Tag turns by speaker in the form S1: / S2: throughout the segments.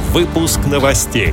S1: Выпуск новостей.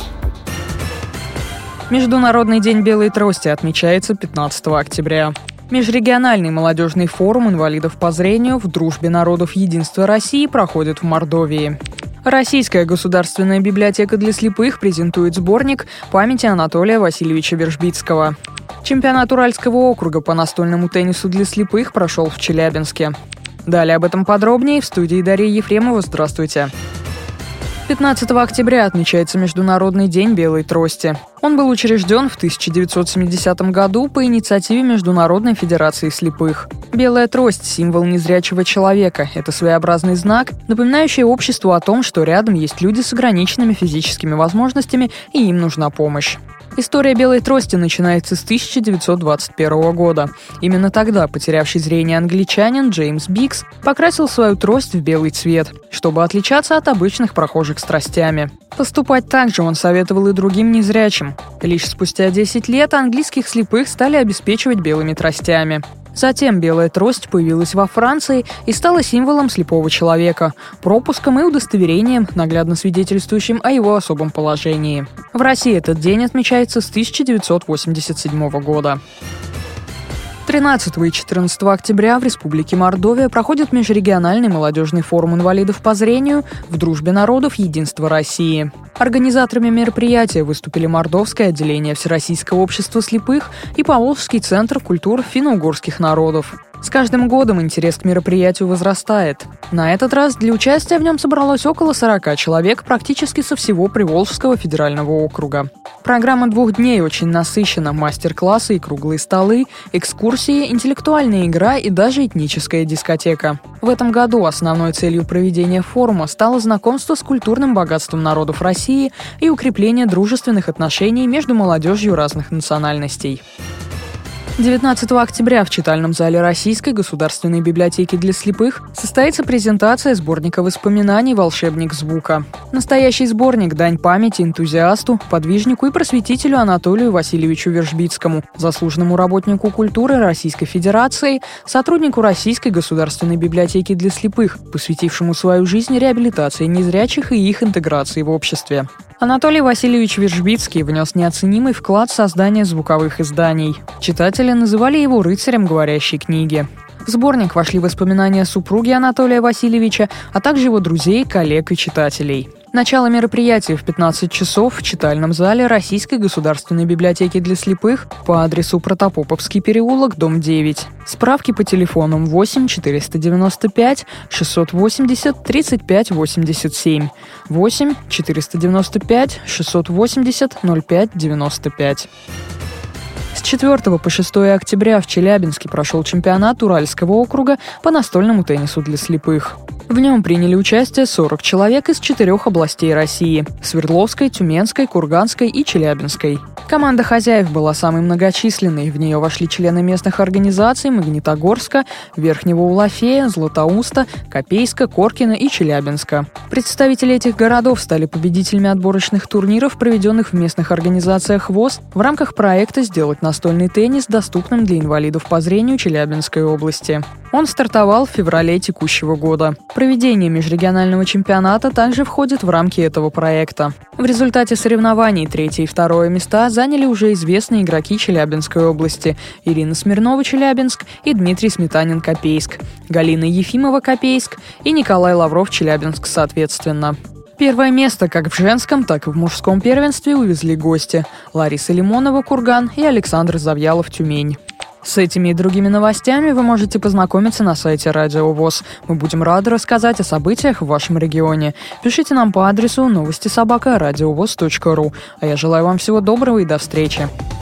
S2: Международный день белой трости отмечается 15 октября. Межрегиональный молодежный форум инвалидов по зрению в дружбе народов Единства России проходит в Мордовии. Российская государственная библиотека для слепых презентует сборник памяти Анатолия Васильевича Вержбицкого. Чемпионат Уральского округа по настольному теннису для слепых прошел в Челябинске. Далее об этом подробнее в студии Дарья Ефремова. Здравствуйте. 15 октября отмечается Международный день белой трости. Он был учрежден в 1970 году по инициативе Международной федерации слепых. Белая трость – символ незрячего человека. Это своеобразный знак, напоминающий обществу о том, что рядом есть люди с ограниченными физическими возможностями, и им нужна помощь. История белой трости начинается с 1921 года. Именно тогда потерявший зрение англичанин Джеймс Бикс покрасил свою трость в белый цвет, чтобы отличаться от обычных прохожих с тростями. Поступать так же он советовал и другим незрячим. Лишь спустя 10 лет английских слепых стали обеспечивать белыми тростями. Затем белая трость появилась во Франции и стала символом слепого человека, пропуском и удостоверением, наглядно свидетельствующим о его особом положении. В России этот день отмечается с 1987 года. 13 и 14 октября в Республике Мордовия проходит Межрегиональный молодежный форум инвалидов по зрению в дружбе народов Единства России. Организаторами мероприятия выступили Мордовское отделение Всероссийского общества слепых и Поволжский центр культур финно-угорских народов. С каждым годом интерес к мероприятию возрастает. На этот раз для участия в нем собралось около 40 человек практически со всего Приволжского федерального округа. Программа 2 дней очень насыщена: мастер-классы и круглые столы, экскурсии, интеллектуальная игра и даже этническая дискотека. В этом году основной целью проведения форума стало знакомство с культурным богатством народов России и укрепление дружественных отношений между молодежью разных национальностей. 19 октября в читальном зале Российской государственной библиотеки для слепых состоится презентация сборника воспоминаний «Волшебник звука». Настоящий сборник – дань памяти энтузиасту, подвижнику и просветителю Анатолию Васильевичу Вержбицкому, заслуженному работнику культуры Российской Федерации, сотруднику Российской государственной библиотеки для слепых, посвятившему свою жизнь реабилитации незрячих и их интеграции в обществе. Анатолий Васильевич Вержбицкий внес неоценимый вклад в создание звуковых изданий. Читатели называли его рыцарем говорящей книги. В сборник вошли воспоминания супруги Анатолия Васильевича, а также его друзей, коллег и читателей. Начало мероприятия в 15 часов в читальном зале Российской государственной библиотеки для слепых по адресу Протопоповский переулок, дом 9. Справки по телефонам 8 495 680 35 87, 8 495 680 05 95. С 4 по 6 октября в Челябинске прошел чемпионат Уральского округа по настольному теннису для слепых. В нем приняли участие 40 человек из 4 областей России – Свердловской, Тюменской, Курганской и Челябинской. Команда хозяев была самой многочисленной. В нее вошли члены местных организаций Магнитогорска, Верхнего Улафея, Златоуста, Копейска, Коркина и Челябинска. Представители этих городов стали победителями отборочных турниров, проведенных в местных организациях ВОС в рамках проекта «Сделать настольный теннис доступным для инвалидов по зрению Челябинской области». Он стартовал в феврале текущего года. Проведение межрегионального чемпионата также входит в рамки этого проекта. В результате соревнований 3 и 2 места заняли уже известные игроки Челябинской области: Ирина Смирнова, Челябинск, и Дмитрий Сметанин, Копейск, Галина Ефимова, Копейск, и Николай Лавров, Челябинск, соответственно. Первое место как в женском, так и в мужском первенстве увезли гости: Лариса Лимонова, Курган, и Александр Завьялов, Тюмень. С этими и другими новостями вы можете познакомиться на сайте Радио ВОС. Мы будем рады рассказать о событиях в вашем регионе. Пишите нам по адресу новости@радиовос.ру. А я желаю вам всего доброго и до встречи.